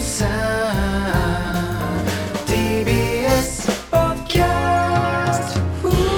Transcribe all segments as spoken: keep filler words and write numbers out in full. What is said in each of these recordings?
さん ティービーエス ポッドキャスト。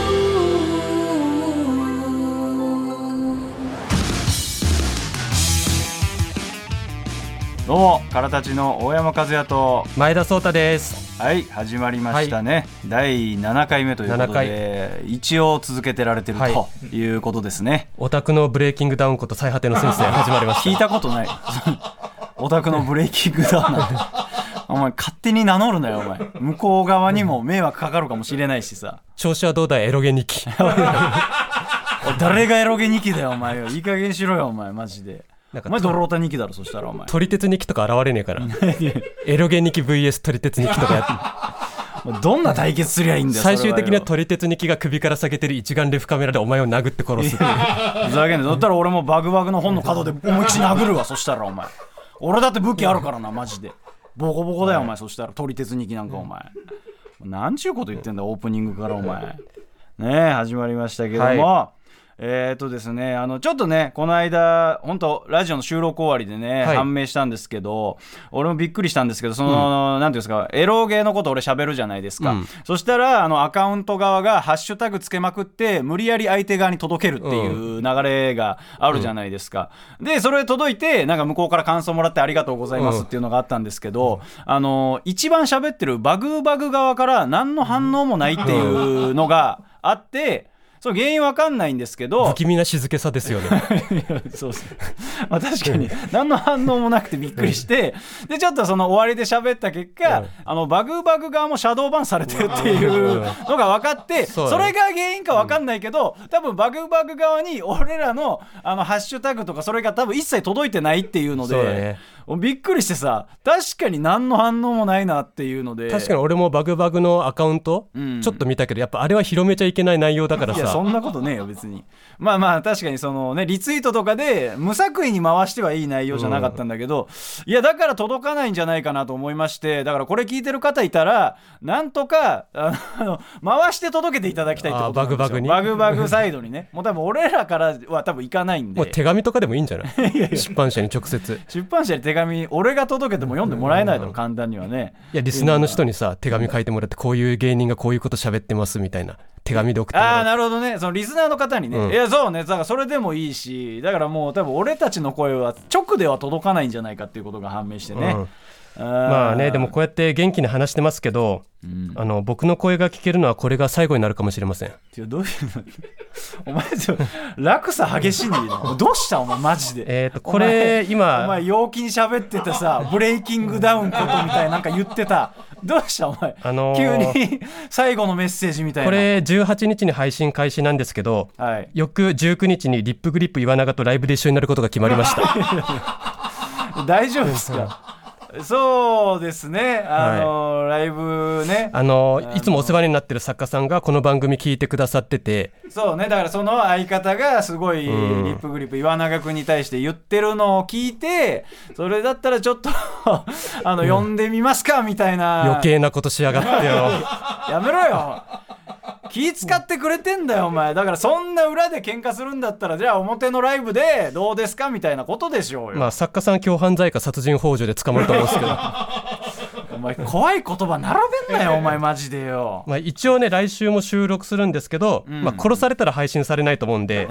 どうもからたちの大山和也と前田壮太です。 はい、始まりましたね、はい、だいななかいめということで一応続けてられてるということですね、はい、 オタクのブレイキングダウンこと最果ての先生始まりました。 聞いたことないオタクのブレイキングダウンなんてお前勝手に名乗るなよお前。向こう側にも迷惑かかるかもしれないしさ。 調子はどうだいエロゲ日記誰がエロゲ日記だよお前よ。いい加減しろよお前マジで。お前ドロータ日記だろ。そしたらお前撮り鉄日記とか現れねえからエロゲ日記 ブイエス 撮り鉄日記とかやってどんな対決すりゃいいんだよ。 最終的には撮り鉄日記が首から下げてる一眼レフカメラでお前を殴って殺す。ふざけんな。だったら俺もバグバグの本の角で思いっきり殴るわ。そしたらお前俺だって武器あるからなマジで。ボコボコだよお前。そしたら撮り鉄日記なんかお前なんちゅうこと言ってんだオープニングからお前ねえ始まりましたけども、はい、えーとですね、あのちょっとねこの間本当ラジオの収録終わりでね、はい、判明したんですけど俺もびっくりしたんですけどその、うん、なんていうんですかエロゲーのこと俺喋るじゃないですか、うん、そしたらあのアカウント側がハッシュタグつけまくって無理やり相手側に届けるっていう流れがあるじゃないですか、うん、でそれ届いてなんか向こうから感想もらってありがとうございますっていうのがあったんですけど、うん、あの一番喋ってるバグバグ側から何の反応もないっていうのがあってそう原因わかんないんですけど不気味な静けさですよねそうそう、まあ、確かに何の反応もなくてびっくりしてでちょっとその終わりで喋った結果、うん、あのバグバグ側もシャドーバンされてるっていうのが分かってそれが原因か分かんないけど多分バグバグ側に俺ら の, あのハッシュタグとかそれが多分一切届いてないっていうのでそうだねびっくりしてさ確かに何の反応もないなっていうので確かに俺もバグバグのアカウント、うん、ちょっと見たけどやっぱあれは広めちゃいけない内容だからさ。 いやそんなことねえよ別に。まあまあ確かにそのねリツイートとかで無作為に回してはいい内容じゃなかったんだけど、うん、いやだから届かないんじゃないかなと思いましてだからこれ聞いてる方いたらなんとかあの回して届けていただきたいってことなんですよ。 バグバグにバグバグサイドにねもう多分俺らからは多分いかないんでもう手紙とかでもいいんじゃないいやいや出版社に直接出版社に手紙俺が届けても読んでもらえないだろ簡単にはね。 いやリスナーの人にさ手紙書いてもらってこういう芸人がこういうこと喋ってますみたいな手紙で送ってもらう。 ああなるほどねそのリスナーの方にね、うん、いやそうねだからそれでもいいしだからもう多分俺たちの声は直では届かないんじゃないかっていうことが判明してね、うんあまあねでもこうやって元気に話してますけど、うん、あの僕の声が聞けるのはこれが最後になるかもしれません。 いやどういうのお前落差激しいんだよどうしたお前マジで。 えーとこれお前今お前陽気に喋っててさブレイキングダウンことみたいなんか言ってたどうしたお前、あのー、急に最後のメッセージみたいな。 これじゅうはちにちに配信開始なんですけど、はい、翌じゅうくにちにリップグリップ岩永とライブで一緒になることが決まりました大丈夫ですかそうですねあの、はい、ライブねあのいつもお世話になってる作家さんがこの番組聞いてくださっててそうねだからその相方がすごいリップグリップ岩永君に対して言ってるのを聞いてそれだったらちょっとあの、うん、呼んでみますかみたいな余計なことしやがってよやめろよ気使ってくれてんだよお前だからそんな裏で喧嘩するんだったらじゃあ表のライブでどうですかみたいなことでしょうよ。 まあ作家さん共犯罪か殺人幇助で捕まると思うんですけどお前怖い言葉並べんなよお前マジでよまあ一応ね来週も収録するんですけど、うんまあ、殺されたら配信されないと思うんで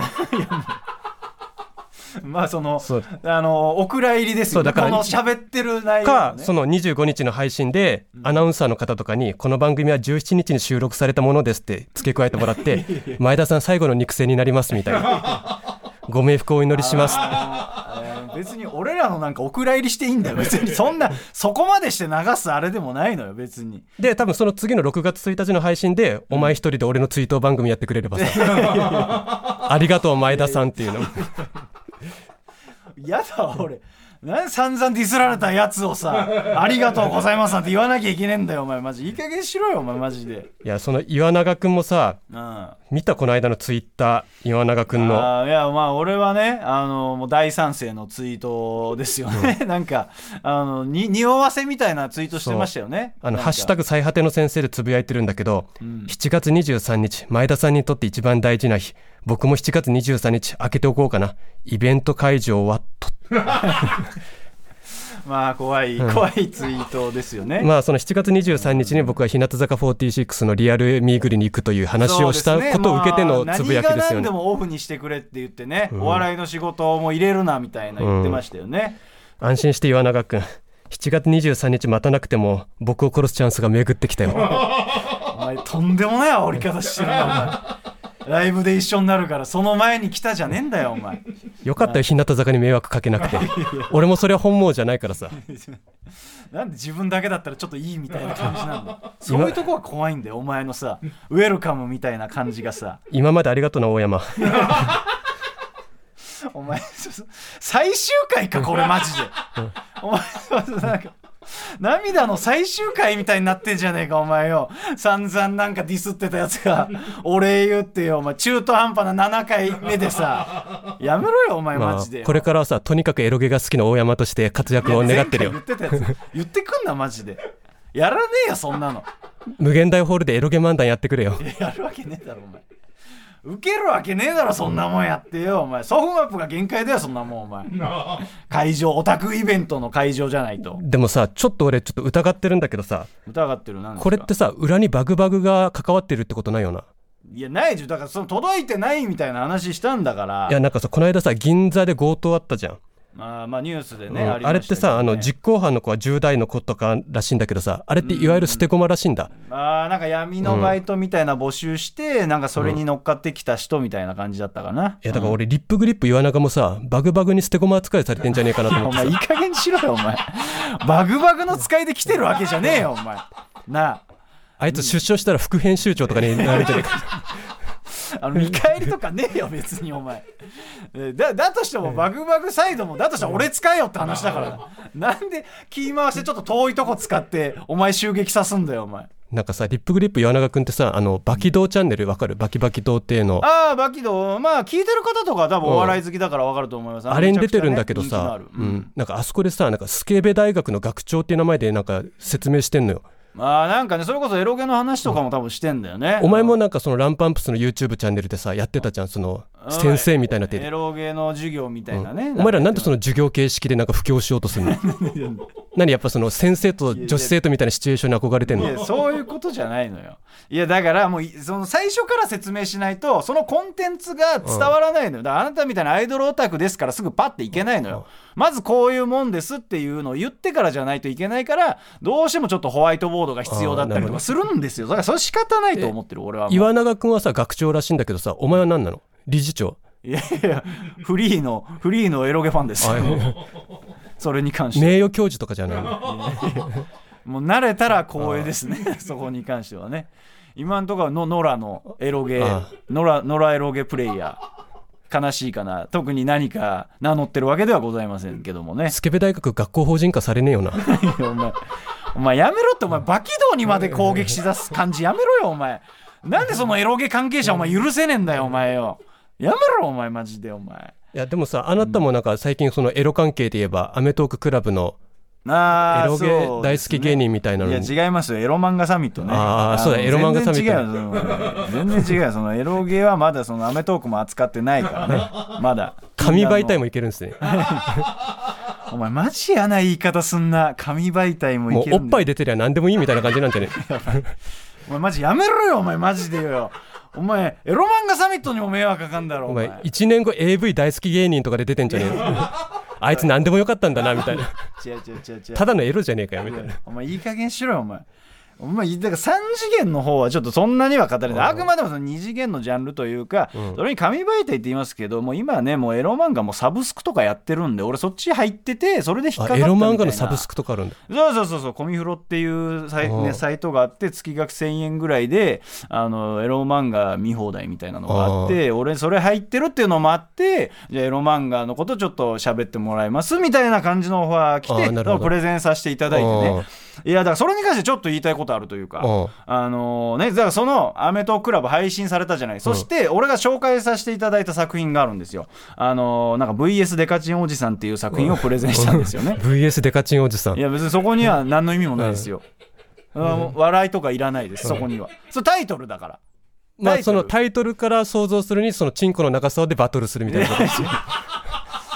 まあそのあのお蔵入りですよね。この喋ってる内容、ね、 かそのにじゅうごにちの配信でアナウンサーの方とかにこの番組はじゅうしちにちに収録されたものですって付け加えてもらって前田さん最後の肉声になりますみたいなご冥福をお祈りします別に俺らのなんかお蔵入りしていいんだよ別にそんなそこまでして流すあれでもないのよ別に。 で多分その次のろくがつついたちの配信で、うん、お前一人で俺の追悼番組やってくれればさありがとう前田さんっていうのやだ俺なん散々ディスられたやつをさありがとうございますなんて言わなきゃいけねえんだよお前マジいい加減しろよお前マジで。 いやその岩永くんもさ、うん、見たこの間のツイッター岩永くんのあいやまあ俺はねあのもう大賛成のツイートですよね、うん、なんかあのに匂わせみたいなツイートしてましたよね。 あのハッシュタグ最果ての先生でつぶやいてるんだけど、うん、しちがつにじゅうさんにち前田さんにとって一番大事な日僕もしちがつにじゅうさんにち開けておこうかなイベント会場はとまあ怖い、怖いツイートですよね。 まあそのしちがつにじゅうさんにちに僕は日向坂フォーティーシックスのリアルミーグリに行くという話をしたことを受けてのつぶやきですよね。 まあ、何が何でもオフにしてくれって言ってね、うん、お笑いの仕事も入れるなみたいな言ってましたよね、 うん、安心して岩永君、しちがつにじゅうさんにち待たなくても僕を殺すチャンスが巡ってきたよ。 お前とんでもない煽り方してるなお前。ライブで一緒になるからその前に来たじゃねえんだよお前。 よかったよ日向坂に迷惑かけなくて。俺もそれは本望じゃないからさ。 なんで自分だけだったらちょっといいみたいな感じなんだ。そういうとこは怖いんだよお前のさ、ウェルカムみたいな感じがさ。 今までありがとうな大山。 お前最終回かこれマジで。お前なんか涙の最終回みたいになってんじゃねえかお前よ。散々なんかディスってたやつがお礼言ってよお前、中途半端なななかいめでさやめろよお前マジで、 まあ、これからはさとにかくエロゲが好きな大山として活躍を願ってるよ。 言ってたやつ言ってくんなマジで。やらねえよそんなの。 無限大ホールでエロゲ漫談やってくれよ。 やるわけねえだろお前。受けるわけねえだろそんなもんやってよお前。ソフマップが限界だよそんなもんお前。会場オタクイベントの会場じゃないと。 でもさちょっと俺ちょっと疑ってるんだけどさ。 疑ってる。なんですかこれってさ裏にバグバグが関わってるってことないよな。 いやないじゃん。だからその届いてないみたいな話したんだから。 いやなんかさこの間さ銀座で強盗あったじゃん。 あ, まあニュースでね、 うん、 ありましたけどね。 あれってさあの実行犯の子はじゅう代の子とからしいんだけどさ、あれっていわゆる捨て駒らしいんだ。 あなんか闇のバイトみたいな募集して、うん、なんかそれに乗っかってきた人みたいな感じだったかな、うん、いやだから俺リップグリップ岩永もさバグバグに捨て駒扱いされてんじゃねえかなと思ってさ。 お前いい加減にしろよお前。バグバグの使いで来てるわけじゃねえよお前なあ。 あいつ出所したら副編集長とかになるんじゃねえか。 あの見返りとかねえよ別にお前。だ, だとしてもバグバグサイドもだとしたら俺使えよって話だからな。なんで気回してちょっと遠いとこ使ってお前襲撃さすんだよお前。 なんかさリップグリップ岩永くんってさあのバキドーチャンネルわかる？バキバキ童貞の。 ああバキドー、まあ聞いてる方とか多分お笑い好きだからわかると思います、うん、 あれに出てるんだけどさ、 ね、うんうん、なんかあそこでさなんかスケベ大学の学長っていう名前でなんか説明してんのよ。 まあなんかねそれこそエロゲの話とかも多分してんだよね、 うん、お前もなんかそのランパンプスの YouTube チャンネルでさやってたじゃんその先生みたいな手でエロゲの授業みたいなね、 うん、お前らなんでその授業形式でなんか布教しようとするの？何やっぱその先生と女子生徒みたいなシチュエーションに憧れてんの？ いやそういうことじゃないのよ。いやだからもうその最初から説明しないとそのコンテンツが伝わらないのよ。だからあなたみたいなアイドルオタクですからすぐパッていけないのよ。まずこういうもんですっていうのを言ってからじゃないといけないからどうしてもちょっとホワイトボードが必要だったりとかするんですよ。だからそれ仕方ないと思ってる俺は。 岩永君はさ学長らしいんだけどさお前は何なの？理事長？ いやいやフリーのフリーのエロゲファンです。それに関して名誉教授とかじゃないの？ もう慣れたら光栄ですね。そこに関してはね。今のところのノラのエロゲノラノラエロゲプレイヤー悲しいかな。特に何か名乗ってるわけではございませんけどもね。 スケベ大学学校法人化されねえよな。 お前お前やめろってお前バキドーにまで攻撃しだす感じやめろよお前。なんでそのエロゲ関係者お前許せねえんだよお前よ。やめろお前マジでお前。 いやでもさあなたもなんか最近そのエロ関係で言えばアメトーククラブのあエロゲ大好き芸人みたいなのに、 ね、いや違いますよエロ漫画サミットね。 ああそうだエロ漫画サミット全然違うよそのエロゲはまだそのアメトークも扱ってないからねまだ紙媒体もいけるんですね。 お前マジ嫌な言い方すんな。紙媒体もいけるんだよ。 もうおっぱい出てりゃ何でもいいみたいな感じなんじゃね？ お前マジやめろよお前マジでよ。お前エロ漫画サミットにも迷惑かかんだろお前。 お前いちねんご エーブイ 大好き芸人とかで出てんじゃねえの？あいつ何でもよかったんだなみたいな。 違う違う違う違う。 ただのエロじゃねえかよみたいな。 お前いい加減しろよお前。お前だからさん次元の方はちょっとそんなには語れない。あくまでもそのに次元のジャンルというか、うん、それに紙媒体って言いますけどもう今ねもうエロ漫画もサブスクとかやってるんで俺そっち入っててそれで引っかかったみたいな。 エロ漫画のサブスクとかあるんだ。 そうそうそうそうコミフロっていうサイ、ね、サイトがあって月額せんえんぐらいであのエロ漫画見放題みたいなのがあって俺それ入ってるっていうのもあってじゃあエロ漫画のことちょっと喋ってもらいますみたいな感じのオファー来てプレゼンさせていただいてね。いやだからそれに関してちょっと言いたいことあるというかあのねだからそのアメトーククラブ配信されたじゃない。そして俺が紹介させていただいた作品があるんですよ。あのなんか ブイエス デカチンおじさんっていう作品をプレゼンしたんですよね。 ブイエス デカチンおじさん。 いや別にそこには何の意味もないですよ。うん、笑いとかいらないですそこには。それタイトルだから。 まあそのタイトルから想像するにそのチンコの長さでバトルするみたいなことですよ。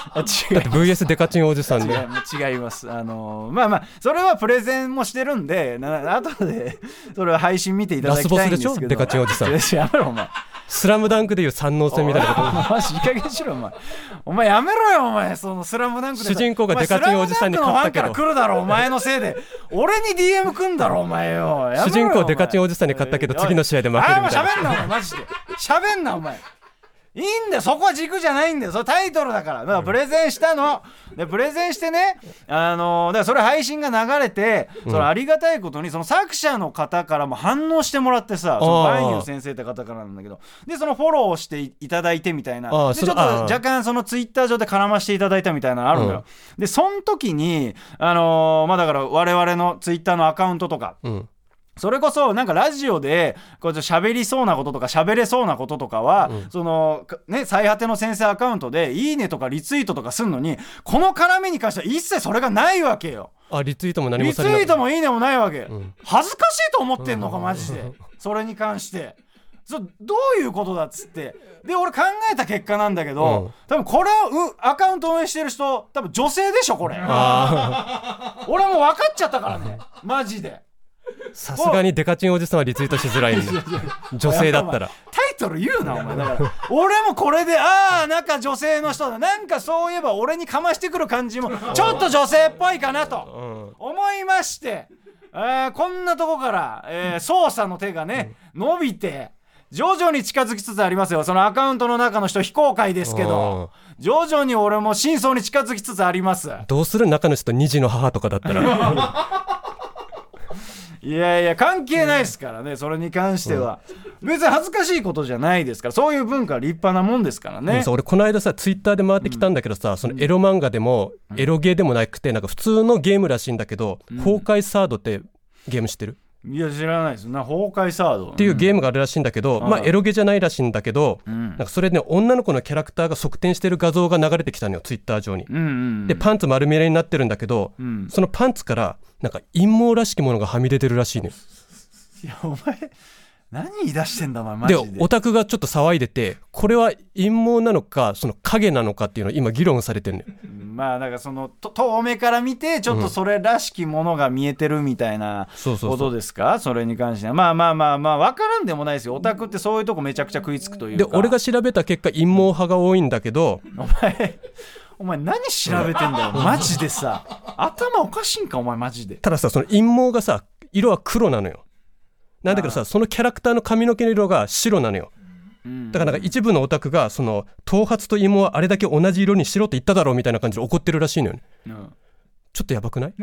あ違だって ブイエス デカチンおじさん違いで違いますあのー、まあまあそれはプレゼンもしてるんでな後でそれは配信見ていただきたいんですけど。 ラスボスでしょデカチンおじさん。 やめろお前スラムダンクでいう三能線みたいなことマジいい加減しろお前お前やめろよお前そのスラムダンクで主人公がデカチンおじさんに勝ったけどお前スラムダンクのファンから来るだろお前のせいで俺に ディーエム 来んだろお前よ。 主人公デカチンおじさんに勝ったけど次の試合で負けるみたいな。 あーもう喋んなお前マジで喋んなお前いいんだよそこは軸じゃないんだよそれタイトルだからだからプレゼンしたのでプレゼンしてねあのー、だからそれ配信が流れて、うん、そのありがたいことにその作者の方からも反応してもらってさそのバンユー先生って方からなんだけどでそのフォローしていただいてみたいなでちょっと若干そのツイッター上で絡ましていただいたみたいなのあるのよ、うん、でその時にあのー、まあだから我々のツイッターのアカウントとか、うんそれこそなんかラジオでこう喋りそうなこととか喋れそうなこととかは、うん、そのね最果ての先生アカウントでいいねとかリツイートとかすんのにこの絡みに関しては一切それがないわけよ。 あリツイートも何もされないリツイートもいいねもないわけ、 うん、 恥ずかしいと思ってんのかマジでそれに関してそどういうことだっつってで俺考えた結果なんだけど、うん、多分これをアカウント運営してる人多分女性でしょこれ俺もう分かっちゃったからねマジでさすがにデカチンおじさんはリツイートしづらいんだ女性だったらタイトル言うなお前だから俺もこれでああなんか女性の人だなんかそういえば俺にかましてくる感じもちょっと女性っぽいかなと思いまして、えー、こんなとこから、えー、捜査の手がね伸びて徐々に近づきつつありますよそのアカウントの中の人非公開ですけど徐々に俺も真相に近づきつつあります。 どうする中の人に児の母とかだったらいやいや関係ないですからね、うん、それに関しては、うん、別に恥ずかしいことじゃないですからそういう文化は立派なもんですからね。 俺この間さツイッターで回ってきたんだけどさ、うん、そのエロ漫画でも、うん、エロゲーでもなくてなんか普通のゲームらしいんだけど、うん、崩壊サードってゲーム知ってる？ いや知らないですな崩壊サードっていうゲームがあるらしいんだけど、うん、まあエロゲじゃないらしいんだけど、うん、なんかそれね女の子のキャラクターが側転してる画像が流れてきたのよツイッター上に、うんうんうん、でパンツ丸見えになってるんだけど、うん、そのパンツからなんか陰謀らしきものがはみ出てるらしいのよ。 いやお前何言い出してんだお前マジで。 でオタクがちょっと騒いでてこれは陰謀なのかその影なのかっていうのを今議論されてるのよ。 まあなんかそのと遠目から見てちょっとそれらしきものが見えてるみたいなことですか、うん、そうそうそう。それに関してはまあまあまあまあ分からんでもないですよ。オタクってそういうとこめちゃくちゃ食いつくというか。 で俺が調べた結果陰謀派が多いんだけどお前お前何調べてんだよマジでさ頭おかしいんかお前マジで。 たださその陰謀がさ色は黒なのよ。なんだけどさそのキャラクターの髪の毛の色が白なのよ。だからなんか一部のオタクがその頭髪と陰謀はあれだけ同じ色にしろって言っただろうみたいな感じで怒ってるらしいのよね、うん、ちょっとやばくない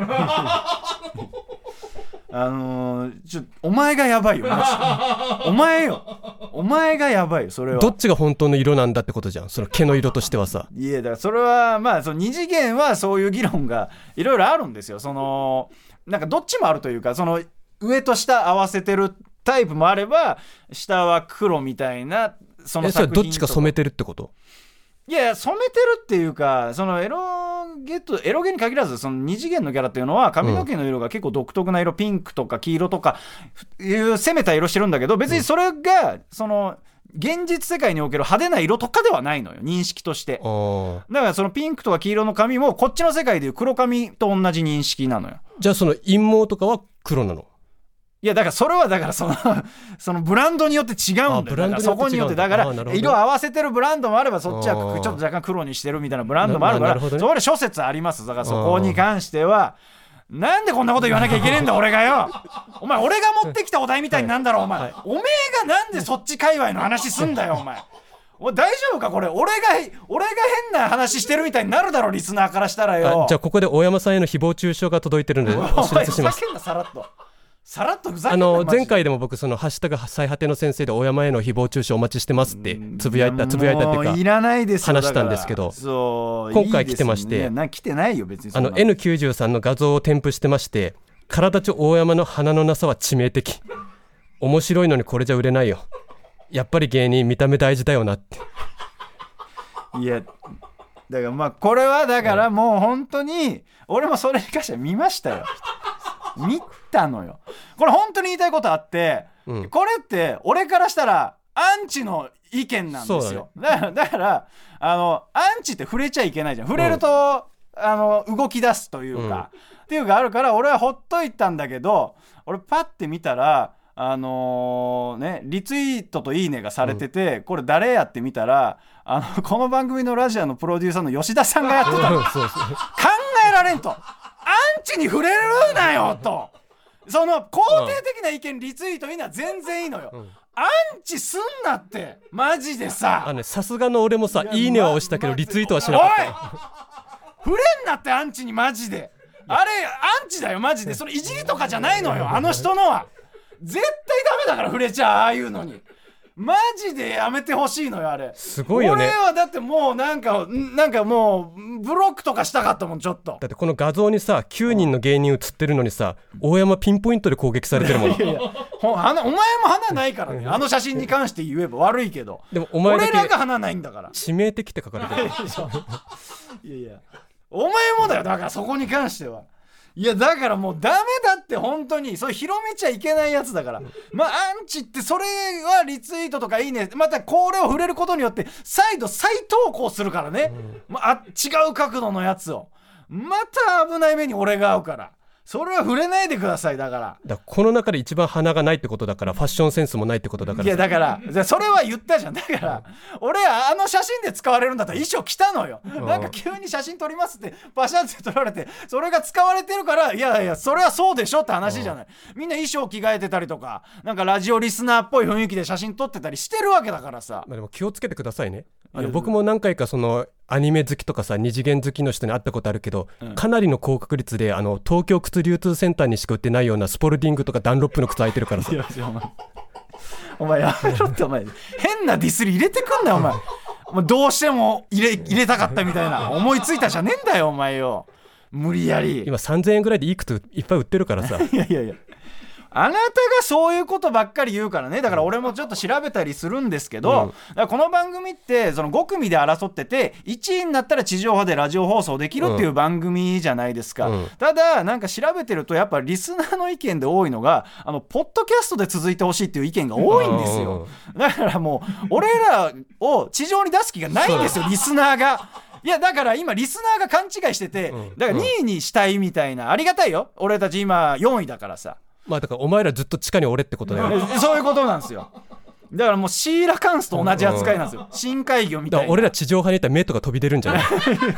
あのー、ちょお前がやばいよマジでお前よお前がやばいよそれは。 どっちが本当の色なんだってことじゃんその毛の色としてはさ。 いやだからそれはまあその二次元はそういう議論がいろいろあるんですよ。そのなんかどっちもあるというかその上と下合わせてるタイプもあれば下は黒みたいなその作品とか。えそれどっちか染めてるってこと？ いやいや染めてるっていうかそのエロゲとエロゲに限らずその二次元のキャラっていうのは髪の毛の色が結構独特な色、うん、ピンクとか黄色とかいう攻めた色してるんだけど別にそれがその現実世界における派手な色とかではないのよ認識として。だからそのピンクとか黄色の髪もこっちの世界でいう黒髪と同じ認識なのよ。 じゃあその陰謀とかは黒なの？ いやだからそれはだからそのそのブランドによって違うんだよ。だからそこによってだから色合わせてるブランドもあればそっちはちょっと若干黒にしてるみたいなブランドもあるから、それ諸説あります。だからそこに関してはなんでこんなこと言わなきゃいけねえんだ俺がよ。お前俺が持ってきたお題みたいになんだろうお前、はい、おめえがなんでそっち界隈の話すんだよお前。お大丈夫かこれ。俺が俺が変な話してるみたいになるだろリスナーからしたらよ。 じゃあここで大山さんへの誹謗中傷が届いてるのでお知らせします。 お前ふざけんなさらっとさらっとふざけあの前回でも僕そのハッシュタグ最果ての先生で大山への誹謗中傷お待ちしてますってつぶやいたつぶやいたっていうかいらないですよ話したんですけどそう今回来てまして、 いいな来てないよ別に。 あの エヌきゅうじゅうさん の画像を添付してまして体ちょ大山の鼻のなさは致命的面白いのにこれじゃ売れないよやっぱり芸人見た目大事だよなっていやだからまあこれはだからもう本当に俺もそれに関しては見ましたよ見たのよ。これ本当に言いたいことあって、うん、これって俺からしたらアンチの意見なんですよ。だから、だからあのアンチって触れちゃいけないじゃん。触れると、うん、あの動き出すというか、うん、っていうがあるから俺はほっといたんだけど、俺パッて見たらあのー、ねリツイートといいねがされてて、うん、これ誰やって見たらあのこの番組のラジオのプロデューサーの吉田さんがやってたの。考えられんと、アンチに触れるなよと、その肯定的な意見リツイートいいのは全然いいのよ、うん、アンチすんなってマジでさ。 さすがの俺もさいいねは押したけどリツイートはしなかった。 おい触れんなってアンチにマジで。あれアンチだよマジで。それいじりとかじゃないのよあの人のは。絶対ダメだから触れちゃう、ああいうのにマジでやめてほしいのよあれ。 すごいよね。 俺はだってもうなんかなんかもうブロックとかしたかったもんちょっと。 だってこの画像にさきゅうにんの芸人映ってるのにさ、大山ピンポイントで攻撃されてるもん。いやいやほお前も花ないからねあの写真に関して言えば悪いけど、 でもお前だけ俺らが花ないんだから。 致命的って書かれてる。 いやいやお前もだよだからそこに関しては。いやだからもうダメだって本当にそれ広めちゃいけないやつだから。まあアンチってそれはリツイートとかいいね、またこれを触れることによって再度再投稿するからね、うん、まあ、違う角度のやつをまた危ない目に俺が合うから、それは触れないでください。だからだからこの中で一番鼻がないってことだから、ファッションセンスもないってことだから。 いやだからそれは言ったじゃん。だから俺あの写真で使われるんだったら衣装着たのよ。なんか急に写真撮りますってパシャって撮られてそれが使われてるから、いやいやそれはそうでしょって話じゃない。みんな衣装着替えてたりとかなんかラジオリスナーっぽい雰囲気で写真撮ってたりしてるわけだからさ。 まあ、でも気をつけてくださいね。あの僕も何回かそのアニメ好きとかさ二次元好きの人に会ったことあるけど、うん、かなりの高確率であの東京靴流通センターにしか売ってないようなスポルディングとかダンロップの靴履いてるからさ。いやお前やめろってお前変なディスり入れてくんなよお前。お前どうしても入れ、入れたかったみたいな思いついたじゃねえんだよお前よ。無理やり今さんぜんえんぐらいでいい靴いっぱい売ってるからさ。 いやいやいやあなたがそういうことばっかり言うからね。だから俺もちょっと調べたりするんですけど、うん、だからこの番組ってそのご組で争ってていちいになったら地上波でラジオ放送できるっていう番組じゃないですか、うん、ただなんか調べてるとやっぱリスナーの意見で多いのがあのポッドキャストで続いてほしいっていう意見が多いんですよ。だからもう俺らを地上に出す気がないんですよリスナーが。いやだから今リスナーが勘違いしてて、だからにいにしたいみたいな。ありがたいよ俺たち今よんいだからさ。 まあだからお前らずっと地下に俺ってことだよ。 そういうことなんですよ。だからもうシーラカンスと同じ扱いなんですよ。深海魚みたいな。 だから俺ら地上波にいたら目とか飛び出るんじゃない？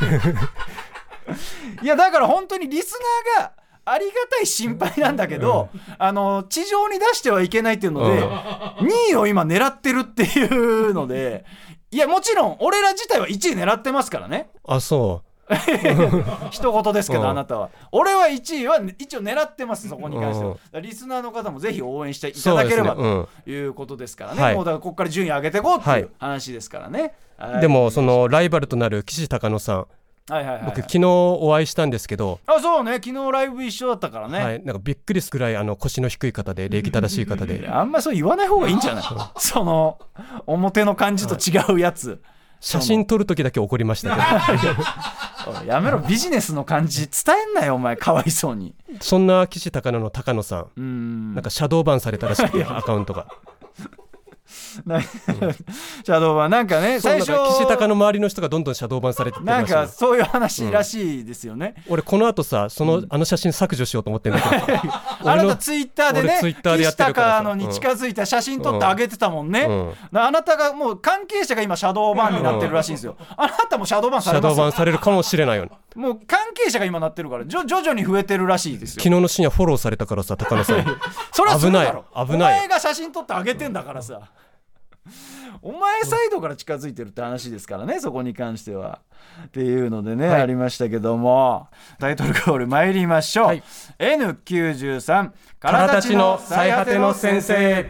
いやだから本当にリスナーがありがたい心配なんだけど、うん、あの地上に出してはいけないっていうので、うん、にいを今狙ってるっていうので、いやもちろん俺ら自体はいちい狙ってますからね。 あそう一言ですけど、うん、あなたは俺はいちいは一応狙ってます。そこに関しては、うん、リスナーの方もぜひ応援していただければ、ね、ということですからね、うん、もうだからここから順位上げていこうっていう話ですからね、 はいはい、でもそのライバルとなる岸高野さん、 はいはいはいはい、 僕昨日お会いしたんですけど、 あそうね昨日ライブ一緒だったからね、 はい、なんかびっくりするくらいあの腰の低い方で礼儀正しい方であんまりそう言わない方がいいんじゃないその表の感じと違うやつ、はい、 写真撮るときだけ怒りましたけどやめろビジネスの感じ伝えんなよお前かわいそうに。 そんな岸高野の高野さん、うーんなんかシャドーバンされたらしくてアカウントがシャドーバンなんかね最初岸高の周りの人がどんどんシャドーバンされてってなんかそういう話らしいですよね、 うん、俺この後さその、うん、あの写真削除しようと思ってんだけどあなたツイッターでね岸高のに近づいた写真撮ってあげてたもんね、うんうん、あなたがもう関係者が今シャドーバンになってるらしいんですよ、うん、あなたもシャドーバンされますよ。 シャドーバンされるかもしれないよね。 もう関係者が今なってるから徐々に増えてるらしいですよ。 昨日の深夜フォローされたからさ高野さんそれは危ない危ない。 お前が写真撮ってあげてんだからさお前サイドから近づいてるって話ですからねそこに関してはっていうのでね、はい、ありましたけどもタイトルコール参りましょう、はい、エヌきゅうじゅうさん からたちの最果ての先生。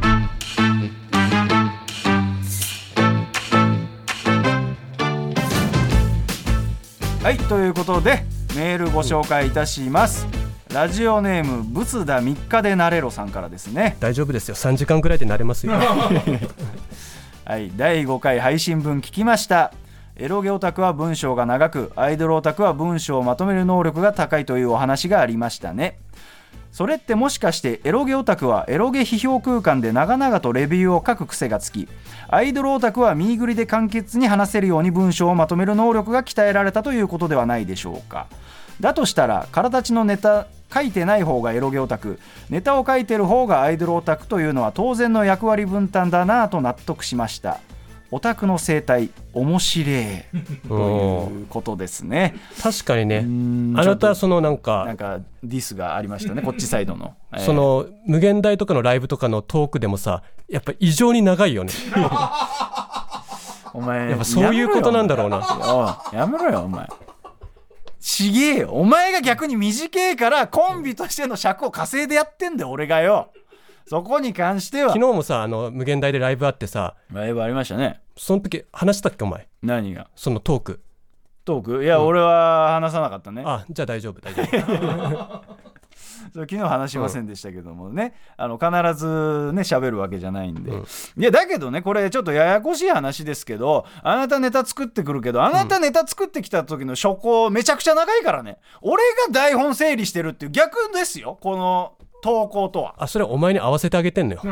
はいということでメールご紹介いたします、うん、ラジオネームブツダみっかでなれろさんからですね。 大丈夫ですよさんじかんぐらいでなれますよはい、だいごかい配信分聞きました。エロゲオタクは文章が長くアイドルオタクは文章をまとめる能力が高いというお話がありましたね。 それってもしかしてエロゲオタクはエロゲ批評空間で長々とレビューを書く癖がつき、アイドルオタクはミーグリで簡潔に話せるように文章をまとめる能力が鍛えられたということではないでしょうか。だとしたら体立ちのネタ書いてない方がエロゲオタク、ネタを書いてる方がアイドルオタクというのは当然の役割分担だなぁと納得しました。オタクの生態面白いということですね。 確かにね、あなたはそのなんかなんかディスがありましたねこっちサイドの、えー、 その無限大とかのライブとかのトークでもさ、やっぱ異常に長いよねお前やっぱそういうことなんだろうな。 やめろよお前、ちげえよ、お前が逆に短いからコンビとしての尺を稼いでやってんだよ俺がよ。そこに関しては昨日もさ、あの無限大でライブあってさ、 ライブありましたね。 その時話したっけお前。 何がそのトークトークいや、うん、俺は話さなかったね。 あ、じゃあ大丈夫大丈夫それ昨日話しませんでしたけどもね、うん、あの必ずね喋るわけじゃないんで、うん、いやだけどね、これちょっとややこしい話ですけど、あなたネタ作ってくるけど、あなたネタ作ってきた時の初稿めちゃくちゃ長いからね。俺が台本整理してるっていう逆ですよこの投稿とは。 あ、それお前に合わせてあげてんのよ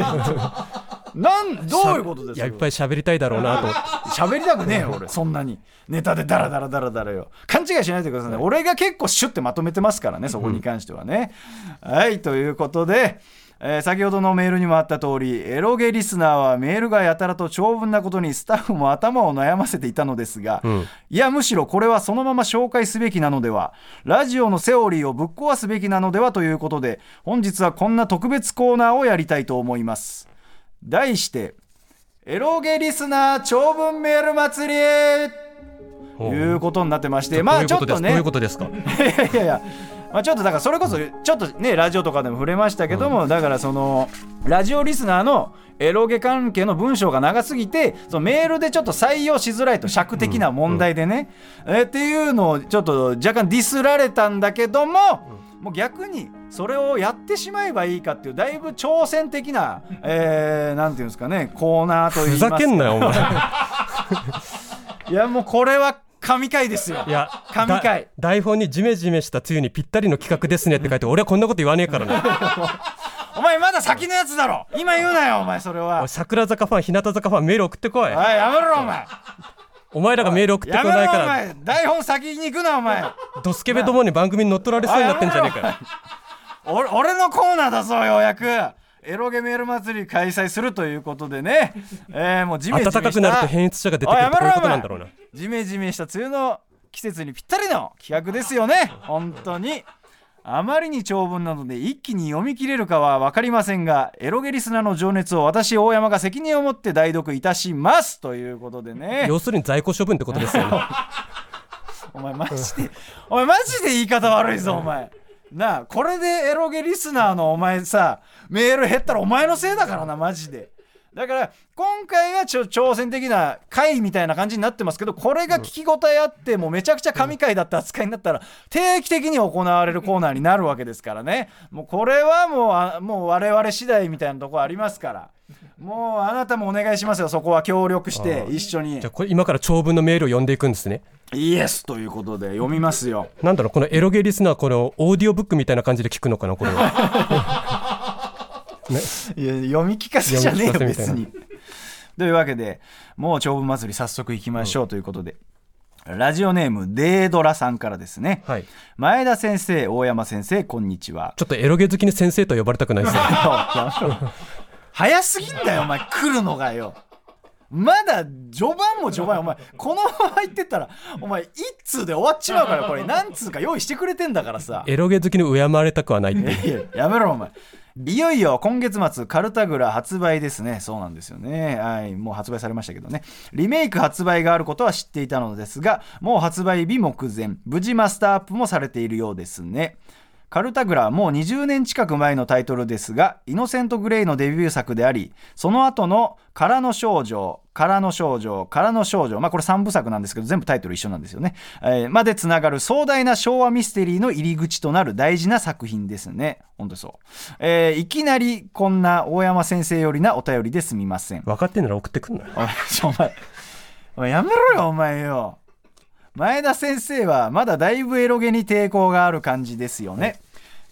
なんどういうことですか。 いやいっぱい喋りたいだろうなと喋りたくねえよ俺そんなにネタでダラダラダラダラよ。勘違いしないでくださいね、俺が結構シュッてまとめてますからねそこに関してはね、うん、はいということで、えー、先ほどのメールにもあった通り、エロゲリスナーはメールがやたらと長文なことにスタッフも頭を悩ませていたのですが、うん、いやむしろこれはそのまま紹介すべきなのでは、ラジオのセオリーをぶっ壊すべきなのではということで、本日はこんな特別コーナーをやりたいと思います。題してエロゲリスナー長文メール祭りということになってまして、まあちょっとね、 どういうことですかいやいやいや、まあ、ちょっとだからそれこそちょっとねラジオとかでも触れましたけども、うん、だからそのラジオリスナーのエロゲ関係の文章が長すぎて、そのメールでちょっと採用しづらいと、尺的な問題でね、うんうん、えー、っていうのをちょっと若干ディスられたんだけども、うん、もう逆にそれをやってしまえばいいかっていうだいぶ挑戦的な、えー、なんていうんですかね、コーナーといいますか。 ふざけんなよお前いやもうこれは神回ですよ。いや神回、 台本にジメジメした梅雨にぴったりの企画ですねって書いて、俺はこんなこと言わねえからねお前まだ先のやつだろ、今言うなよお前それは。 桜坂ファン日向坂ファンメール送ってこい。 はいやめろお前お前らがメール送ってこないから、 やめろお前、台本先に行くなお前。 ドスケベどもに番組に乗っ取られそうになってんじゃねえかよ俺, 俺のコーナーだぞようやく。エロゲメール祭り開催するということでね、えー、もうジメジメした暖かくなると変質者が出てくるということなんだろうな。 ジメジメした梅雨の季節にぴったりの企画ですよね本当に。あまりに長文なので一気に読み切れるかは分かりませんが、エロゲリスナーの情熱を私大山が責任を持って代読いたしますということでね。 要するに在庫処分ってことですよねお前マジでお前マジで言い方悪いぞお前なあ。これでエロゲリスナーのお前さメール減ったらお前のせいだからなマジで。だから今回はちょ挑戦的な回みたいな感じになってますけど、これが聞き応えあってもうめちゃくちゃ神回だった扱いになったら定期的に行われるコーナーになるわけですからね。もうこれはもうあもう我々次第みたいなところありますから、もうあなたもお願いしますよ、そこは協力して一緒に。 じゃあこれ今から長文のメールを読んでいくんですね。 イエスということで読みますよ。 なんだろう、このエロゲリスナーこのオーディオブックみたいな感じで聞くのかなこれはね、いや読み聞かせじゃねえよ別にというわけでもう長文祭り早速いきましょうということで、うん、ラジオネームデードラさんからですね、はい、前田先生大山先生こんにちは。 ちょっとエロゲ好きに先生と呼ばれたくないですよ早すぎんだよお前来るのがよ。まだ序盤も序盤お前このまま言ってたらお前一通で終わっちまうから、これ何通か用意してくれてんだからさ。 エロゲ好きに敬われたくはないっていやいややめろお前。いよいよ今月末カルタグラ発売ですね。そうなんですよね、はい、もう発売されましたけどね。リメイク発売があることは知っていたのですが、もう発売日目前、無事マスターアップもされているようですね。カルタグラはもうにじゅうねん近く前のタイトルですが、イノセントグレイのデビュー作であり、その後の空の少女、空の少女、空の少女、まあこれさんぶさくなんですけど全部タイトル一緒なんですよね、えー、までつながる壮大な昭和ミステリーの入り口となる大事な作品ですね。本当にそう、えー、いきなりこんな大山先生よりなお便りですみません。 分かってんなら送ってくんなよお前お前やめろよお前よ。前田先生はまだだいぶエロゲに抵抗がある感じですよね。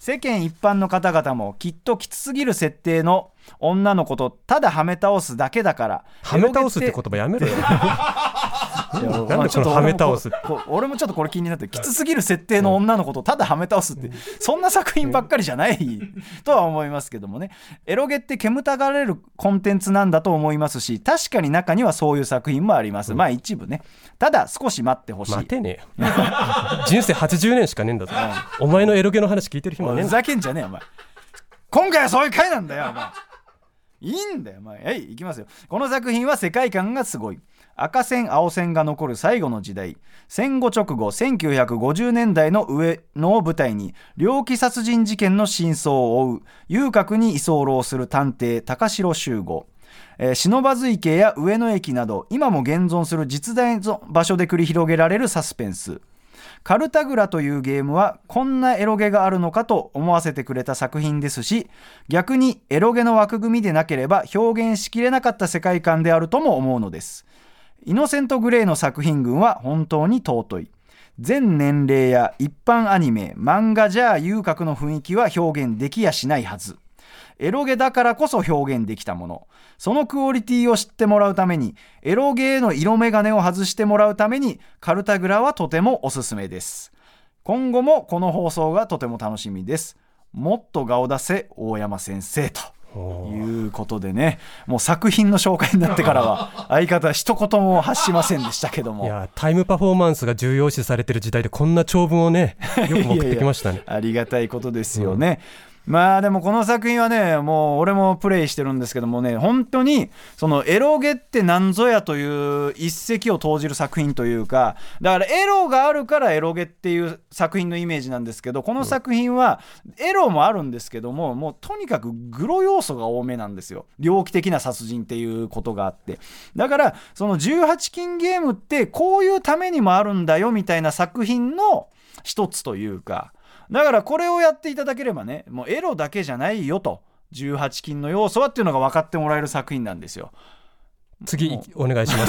世間一般の方々もきっときつすぎる設定の女の子とただはめ倒すだけだから、 はめ倒すって言葉やめろよなんでこのはめ倒す、 俺もちょっとこれ気になって、きつすぎる設定の女の子とただはめ倒すってそんな作品ばっかりじゃないとは思いますけどもね。エロゲって煙たがれるコンテンツなんだと思いますし、確かに中にはそういう作品もあります、うん、まあ一部ね。ただ少し待ってほしい。 待てねえよ人生はちじゅうねんしかねえんだぞお前のエロゲの話聞いてる暇ねえんだ。 ふざけんじゃねえよお前。今回はそういう回なんだよお前。いいんだよお前。はい、行きますよ。この作品は世界観がすごい。赤線青線が残る最後の時代、戦後直後せんきゅうひゃくごじゅうねんだいの上野を舞台に猟奇殺人事件の真相を追う遊郭に居候する探偵高城修吾、えー、不忍池や上野駅など今も現存する実在の場所で繰り広げられるサスペンス。カルタグラというゲームはこんなエロゲがあるのかと思わせてくれた作品ですし、逆にエロゲの枠組みでなければ表現しきれなかった世界観であるとも思うのです。イノセントグレイの作品群は本当に尊い。全年齢や一般アニメ、漫画じゃ遊郭の雰囲気は表現できやしないはず。エロゲだからこそ表現できたもの、そのクオリティを知ってもらうために、エロゲへの色眼鏡を外してもらうためにカルタグラはとてもおすすめです。今後もこの放送がとても楽しみです。もっと顔出せ大山先生ということでね、もう作品の紹介になってからは相方一言も発しませんでしたけども、 いやタイムパフォーマンスが重要視されてる時代でこんな長文をねよく持ってきましたね。 いやいやありがたいことですよね、うん、まあでもこの作品はね、もう俺もプレイしてるんですけどもね、本当にそのエロゲってなんぞやという一石を投じる作品というか、だからエロがあるからエロゲっていう作品のイメージなんですけど、この作品はエロもあるんですけども、もうとにかくグロ要素が多めなんですよ。猟奇的な殺人っていうことがあって、だからそのじゅうはち禁ゲームってこういうためにもあるんだよみたいな作品の一つというか、だからこれをやっていただければね、もうエロだけじゃないよと、じゅうはち禁の要素はっていうのが分かってもらえる作品なんですよ。 次お願いします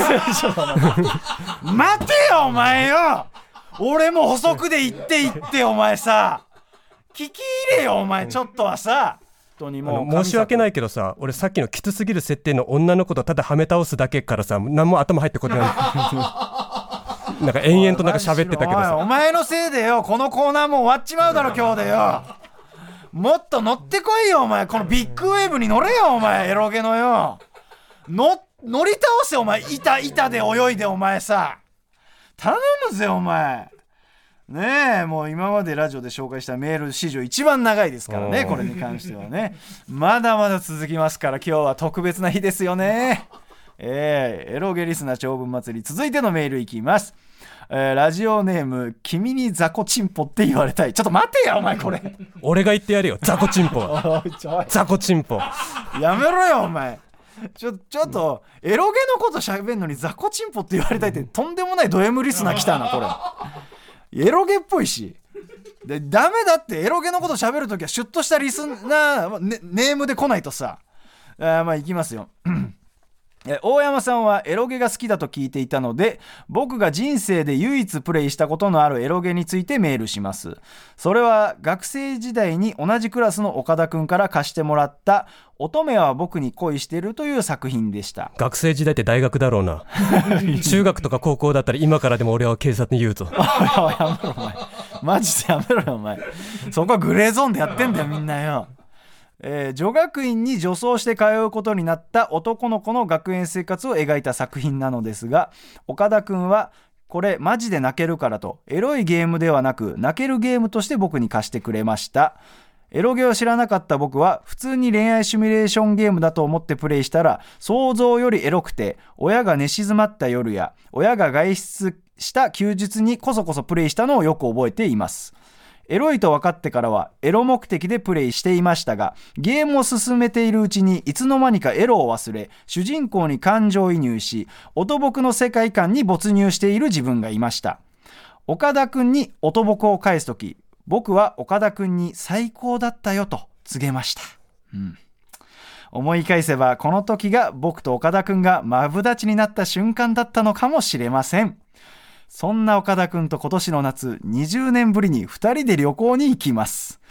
待てよお前よ、俺も補足で言って言ってお前さ聞き入れよお前ちょっとはさ。本当にもう申し訳ないけどさ、俺さっきのきつすぎる設定の女の子とただはめ倒すだけからさ何も頭入ってこないなんか延々となんか喋ってたけどさ、 お前のせいでよこのコーナーもう終わっちまうだろ今日でよ。もっと乗ってこいよお前、このビッグウェーブに乗れよお前、エロゲのよの乗り倒せお前、板板で泳いでお前さ、頼むぜお前ねえ。もう今までラジオで紹介したメール史上一番長いですからね、これに関してはね。まだまだ続きますから、今日は特別な日ですよね。えー、エロゲリスナ長文祭り、続いてのメールいきます。えー、ラジオネーム君にザコチンポって言われたい。ちょっと待てよお前、これ俺が言ってやるよ、ザコチンポはザコチンポやめろよお前。ちょちょっとエロゲのこと喋んのにザコチンポって言われたいってとんでもないド M リスナー来たなこれ。エロゲっぽいしでダメだって、エロゲのこと喋るときはシュッとしたリスナー、ね、ネームで来ないとさ。あまあいきますよ大山さんはエロゲが好きだと聞いていたので、僕が人生で唯一プレイしたことのあるエロゲについてメールします。それは学生時代に同じクラスの岡田くんから貸してもらった乙女は僕に恋してるという作品でした。 学生時代って大学だろうな中学とか高校だったら今からでも俺は警察に言うぞやめろお前、マジでやめろよお前、そこはグレーゾーンでやってんだよみんなよ。えー、女学院に女装して通うことになった男の子の学園生活を描いた作品なのですが、岡田くんはこれマジで泣けるからとエロいゲームではなく泣けるゲームとして僕に貸してくれました。エロゲを知らなかった僕は普通に恋愛シミュレーションゲームだと思ってプレイしたら、想像よりエロくて、親が寝静まった夜や親が外出した休日にこそこそプレイしたのをよく覚えています。エロいと分かってからはエロ目的でプレイしていましたが、ゲームを進めているうちにいつの間にかエロを忘れ、主人公に感情移入し、音ボクの世界観に没入している自分がいました。岡田くんに音ボクを返すとき、僕は岡田くんに最高だったよと告げました、うん、思い返せばこの時が僕と岡田くんがマブダチになった瞬間だったのかもしれません。そんな岡田くんと今年の夏にじゅうねんぶりにふたりで旅行に行きます。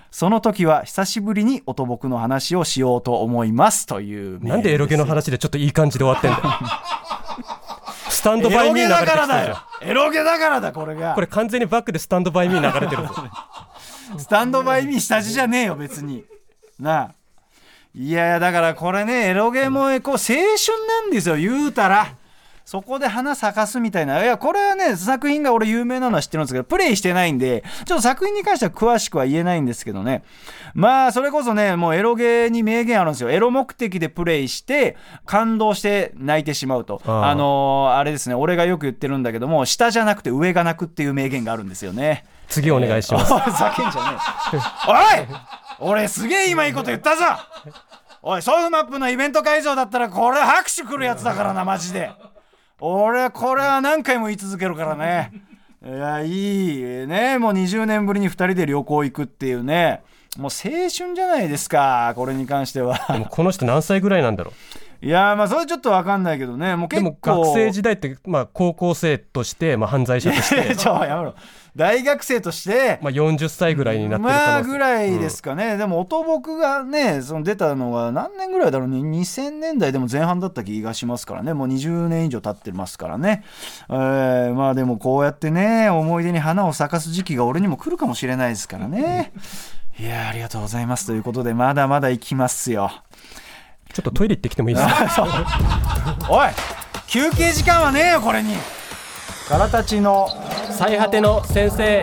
その時は久しぶりに音僕の話をしようと思いますという。 なんでエロゲの話でちょっといい感じで終わってんだよスタンドバイミー流れてきたじゃん。 エロゲだからだこれが。 これ完全にバックでスタンドバイミー流れてるぞスタンドバイミー下地じゃねえよ別になあ。いやいやだからこれねエロゲもこう青春なんですよ言うたら。そこで花咲かすみたいな。いやこれはね作品が俺有名なのは知ってるんですけどプレイしてないんでちょっと作品に関しては詳しくは言えないんですけどね。まあそれこそねもうエロゲに名言あるんですよ。エロ目的でプレイして感動して泣いてしまうと。あ, あのー、あれですね俺がよく言ってるんだけども下じゃなくて上が泣くっていう名言があるんですよね。 次お願いします、えー、ざけんじゃねえおい俺すげえ今いいこと言ったぞおいソフマップのイベント会場だったらこれ拍手くるやつだからなマジで。俺これは何回も言い続けるからね。いやいいねもうにじゅうねんぶりにふたりで旅行行くっていうねもう青春じゃないですかこれに関しては。 でもこの人何歳ぐらいなんだろう。いやまあそれちょっと分かんないけどねもう結構でも学生時代って、まあ、高校生として、まあ、犯罪者としてちょやめろ大学生として、 まあ、よんじゅっさいぐらいになってる可能性まあぐらいですかね、うん、でも音僕がねその出たのが何年ぐらいだろうねにせんねんだいでも前半だった気がしますからねもうにじゅうねん以上経ってますからね、えー、まあでもこうやってね思い出に花を咲かす時期が俺にも来るかもしれないですからねいやありがとうございますということでまだまだ行きますよ。 ちょっとトイレ行ってきてもいいですかおい休憩時間はねえよこれに。からたちの最果ての先生。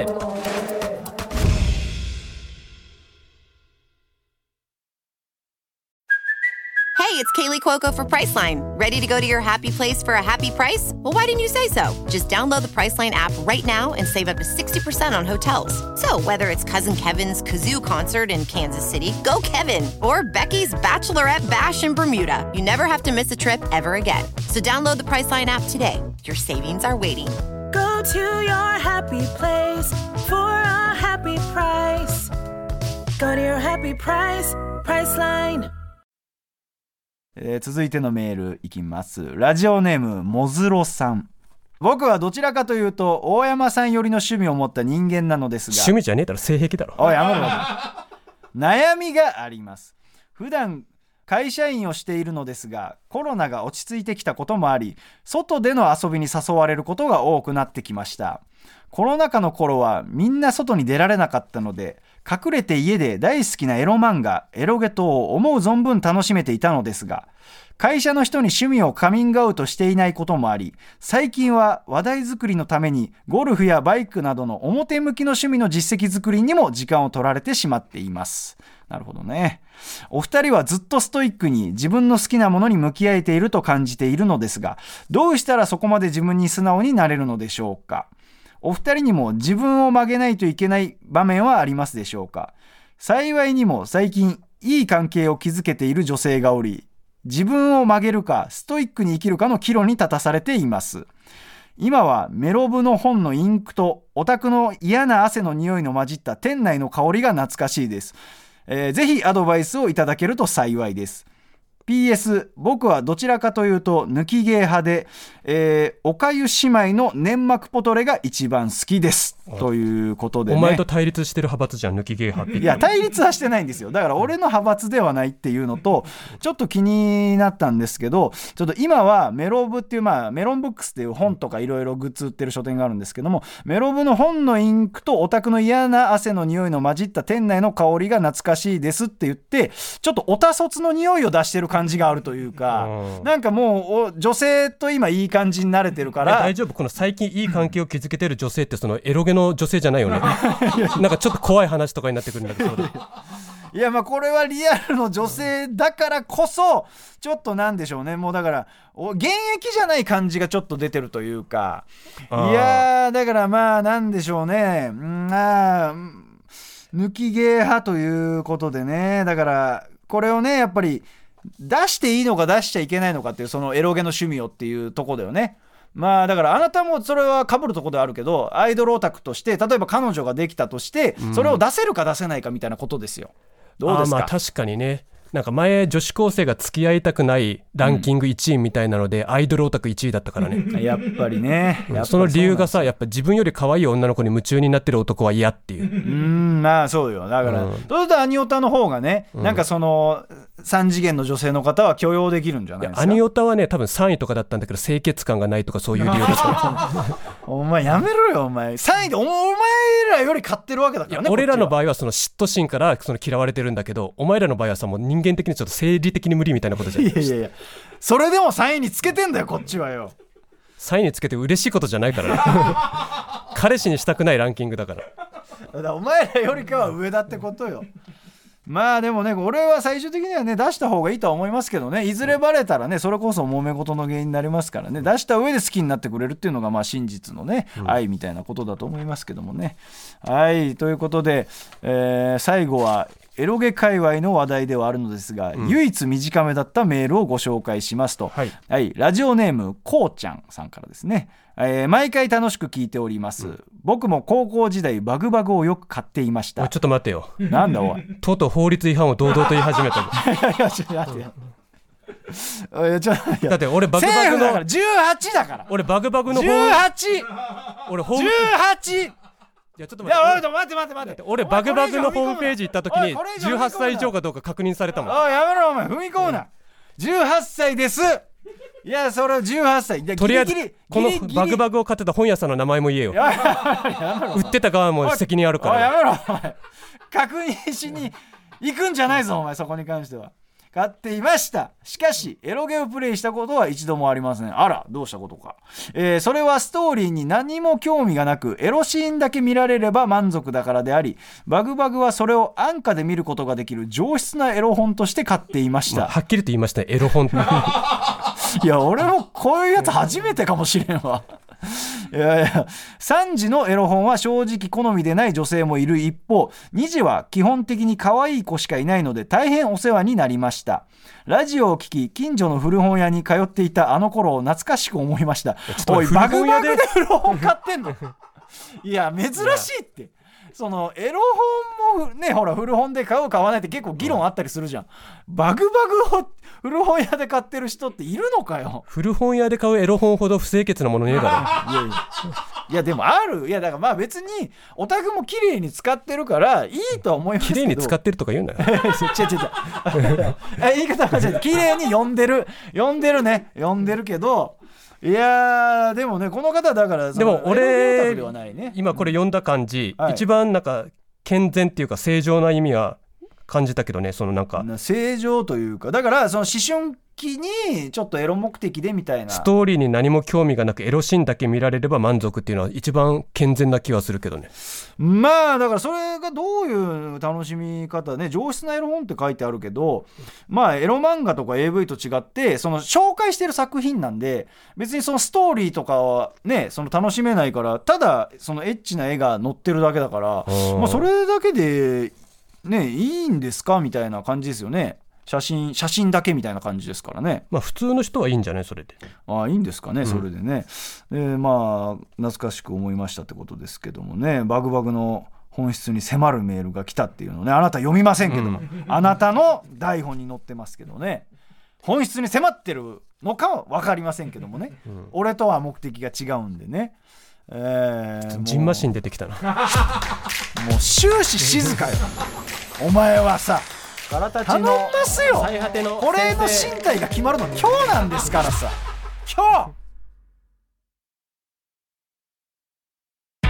Hey, it's Kaylee Cuoco for Priceline. Ready to go to your happy place for a happy price? Well, why didn't you say so? Just download the Priceline app right now and save up to sixty percent on hotels. So whether it's Cousin Kevin's Kazoo Concert in Kansas City, go Kevin, or Becky's Bachelorette Bash in Bermuda, you never have to miss a trip ever again. So download the Priceline app today. Your savings are waiting. Go to your happy place for a happy price. Go to your happy price, Priceline. えー、続いてのメールいきます。ラジオネームもずろさん。僕はどちらかというと大山さん寄りの趣味を持った人間なのですが。 趣味じゃねえだろ性癖だろ。 おいやめろ悩みがあります。普段会社員をしているのですがコロナが落ち着いてきたこともあり外での遊びに誘われることが多くなってきました。コロナ禍の頃はみんな外に出られなかったので隠れて家で大好きなエロ漫画エロゲ等を思う存分楽しめていたのですが会社の人に趣味をカミングアウトしていないこともあり最近は話題作りのためにゴルフやバイクなどの表向きの趣味の実績作りにも時間を取られてしまっています。なるほどね。お二人はずっとストイックに自分の好きなものに向き合えていると感じているのですがどうしたらそこまで自分に素直になれるのでしょうか。お二人にも自分を曲げないといけない場面はありますでしょうか。幸いにも最近いい関係を築けている女性がおり自分を曲げるかストイックに生きるかの岐路に立たされています。今はメロブの本のインクとオタクの嫌な汗の匂いの混じった店内の香りが懐かしいです、えー、ぜひアドバイスをいただけると幸いです。ピーエス 僕はどちらかというと抜き芸派で、えー、おかゆ姉妹の粘膜ポトレが一番好きですということでね。 お前と対立してる派閥じゃん抜き芸派って。 いや対立はしてないんですよ。だから俺の派閥ではないっていうのとちょっと気になったんですけどちょっと今はメロブっていう、まあ、メロンブックスっていう本とかいろいろグッズ売ってる書店があるんですけどもメロブの本のインクとオタクの嫌な汗の匂いの混じった店内の香りが懐かしいですって言ってちょっとオタ卒の匂いを出してる感じがあるというかなんかもう女性と今いい感じに慣れてるから大丈夫。この最近いい関係を築けてる女性ってそのエロゲの女性じゃないよねなんかちょっと怖い話とかになってくるんだけどいやまあこれはリアルの女性だからこそちょっとなんでしょうねもうだから現役じゃない感じがちょっと出てるというかいやだからまあなんでしょうねまあ抜き芸派ということでねだからこれをねやっぱり出していいのか出しちゃいけないのかっていうそのエロゲの趣味をっていうとこだよね。まあだからあなたもそれは被るとこであるけどアイドルオタクとして例えば彼女ができたとしてそれを出せるか出せないかみたいなことですよ。どうですか。 あまあ確かにねなんか前女子高生が付き合いたくないランキングいちいみたいなので、うん、アイドルオタクいちいだったからねやっぱりねやっぱその理由がさ、やっぱ自分より可愛い女の子に夢中になってる男は嫌っていううーんまあそうよだから、うん、そうするとアニオタの方がね、うん、なんかそのさん次元の女性の方は許容できるんじゃないですか。 アニオタはね多分さんいとかだったんだけど清潔感がないとかそういう理由だったお前やめろよお前さんいで お, お前らより買ってるわけだからね。 俺らの場合はその嫉妬心からその嫌われてるんだけど、お前らの場合はさもう人間的にちょっと生理的に無理みたいなことじゃん。 いやいやいやそれでもさんいにつけてんだよこっちはよ。 さんいにつけて嬉しいことじゃないからね彼氏にしたくないランキングだからだからお前らよりかは上だってことよまあでもね俺は最終的にはね出した方がいいとは思いますけどね、いずれバレたらねそれこそ揉め事の原因になりますからね、出した上で好きになってくれるっていうのがまあ真実のね、うん、愛みたいなことだと思いますけどもね。はいということで、えー、最後はエロゲ界隈の話題ではあるのですが、うん、唯一短めだったメールをご紹介しますと、はいはい、ラジオネームこうちゃんさんからですね、えー、毎回楽しく聞いております、うん、僕も高校時代バグバグをよく買っていました。 ちょっと待ってよなんだおいとうとう法律違反を堂々と言い始めたいやいやちょっと待ってよいやちょっと待ってだって俺バグバグのセーフだからじゅうはちだから俺バグバグのじゅうはち俺ホームじゅうはちいやちょっと待っていや待って待って待って俺バグバグのホームページ行った時にじゅうはっさい以上かどうか確認されたもん。 あやめろお前踏み込むな、うん、じゅうはっさいですいやそれはじゅうはっさいとりあえずこのバグバグを買ってた本屋さんの名前も言えよ。 ややめろ売ってた側も責任あるから。 やめろお前確認しに行くんじゃないぞお前そこに関しては。買っていました。しかしエロゲをプレイしたことは一度もありません。あらどうしたことか、えー、それはストーリーに何も興味がなくエロシーンだけ見られれば満足だからであり、バグバグはそれを安価で見ることができる上質なエロ本として買っていました、まあ、 はっきりと言いましたねエロ本いや俺もこういうやつ初めてかもしれんわいやいやさんじのエロ本は正直好みでない女性もいる一方、にじは基本的に可愛い子しかいないので大変お世話になりました。ラジオを聞き近所の古本屋に通っていたあの頃を懐かしく思いました。おいバグバグで古本買ってんのいや珍しいって、そのエロ本もねほら古本で買う買わないって結構議論あったりするじゃん、うん、バグバグを古本屋で買ってる人っているのかよ。 古本屋で買うエロ本ほど不清潔なものねえだろいやいやいやでもある。いやだからまあ別にオタクも綺麗に使ってるからいいとは思いますけど、 綺麗に使ってるとか言うなよ違う違う違う言い方は間違えた。綺麗に読んでる読んでるね読んでるけど、いやでもねこの方だからでも俺ではない、ね、 今これ読んだ感じ、 うん、 一番なんか健全っていうか正常な意味は感じたけどね、そのなんか正常というかだからその思春期にちょっとエロ目的でみたいなストーリーに何も興味がなくエロシーンだけ見られれば満足っていうのは一番健全な気はするけどね。 まあだからそれがどういう楽しみ方ね、上質なエロ本って書いてあるけど、まあエロ漫画とか エーブイ と違ってその紹介してる作品なんで別にそのストーリーとかはねその楽しめないから、ただそのエッチな絵が載ってるだけだから、まあそれだけでねいいんですかみたいな感じですよね。写真写真だけみたいな感じですからね。 まあ普通の人はいいんじゃないそれで。 ああいいんですかね、うん、それでね、えー、まあ懐かしく思いましたってことですけどもね、バグバグの本質に迫るメールが来たっていうのね、あなた読みませんけども、うん、あなたの台本に載ってますけどね、本質に迫ってるのかは分かりませんけどもね、うん、俺とは目的が違うんでね、えー、 ジンマシン出てきたなもう終始静かよお前はさ頼みますよ。これの身体が決まるの今日なんですからさ今日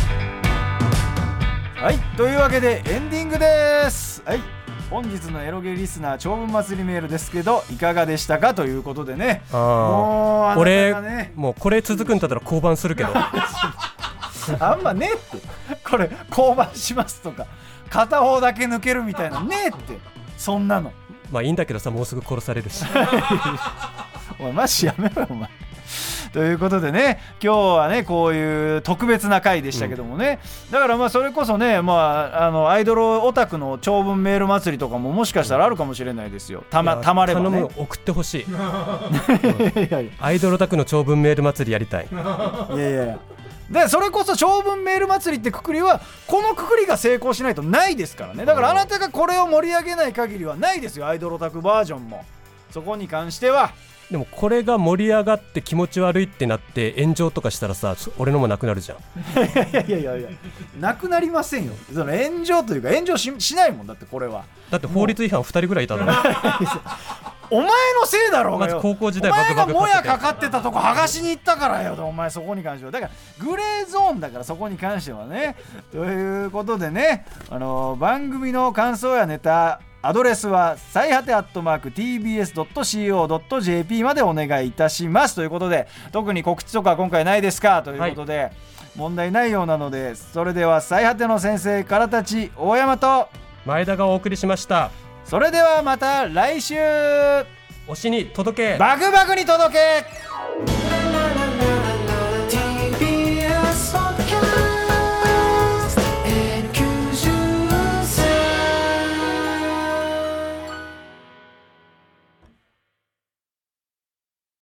はいというわけでエンディングです。はい本日のエロゲリスナー長文祭りメールですけどいかがでしたかということでね、 あもうあなたがね俺もうこれ続くんだったら降板するけどあんまねってこれ降板しますとか片方だけ抜けるみたいなねえってそんなのまあいいんだけどさ、もうすぐ殺されるしお前マジやめろよお前ということでね今日はねこういう特別な回でしたけどもね、うん、だからまあそれこそね、まあ、あのアイドルオタクの長文メール祭りとかももしかしたらあるかもしれないですよ。たま、たまればね頼む送ってほしい、うん、アイドルオタクの長文メール祭りやりたい。 いやいやいやでそれこそ長文メール祭りってくくりはこのくくりが成功しないとないですからね。だからあなたがこれを盛り上げない限りはないですよ、アイドルオタクバージョンも。そこに関してはでもこれが盛り上がって気持ち悪いってなって炎上とかしたらさ、俺のもなくなるじゃん。 いやいやいやいやいやなくなりませんよ。その炎上というか炎上 し, しないもんだって。これはだって法律違反ふたりぐらいいただろお前のせいだろうがよ。 まず高校時代お前がもやバクバクかかってたとこ剥がしに行ったからよ。お前そこに関してはだからグレーゾーンだから、そこに関してはね。ということでね、あのー、番組の感想やネタアドレスは最果てアットマーク ティービーエスドットシーオードットジェーピー までお願いいたしますということで、特に告知とか今回ないですかということで、はい、問題ないようなので、それでは最果ての先生からたち大山と前田がお送りしました。 それではまた来週、 推しに届け、 バクバクに届け。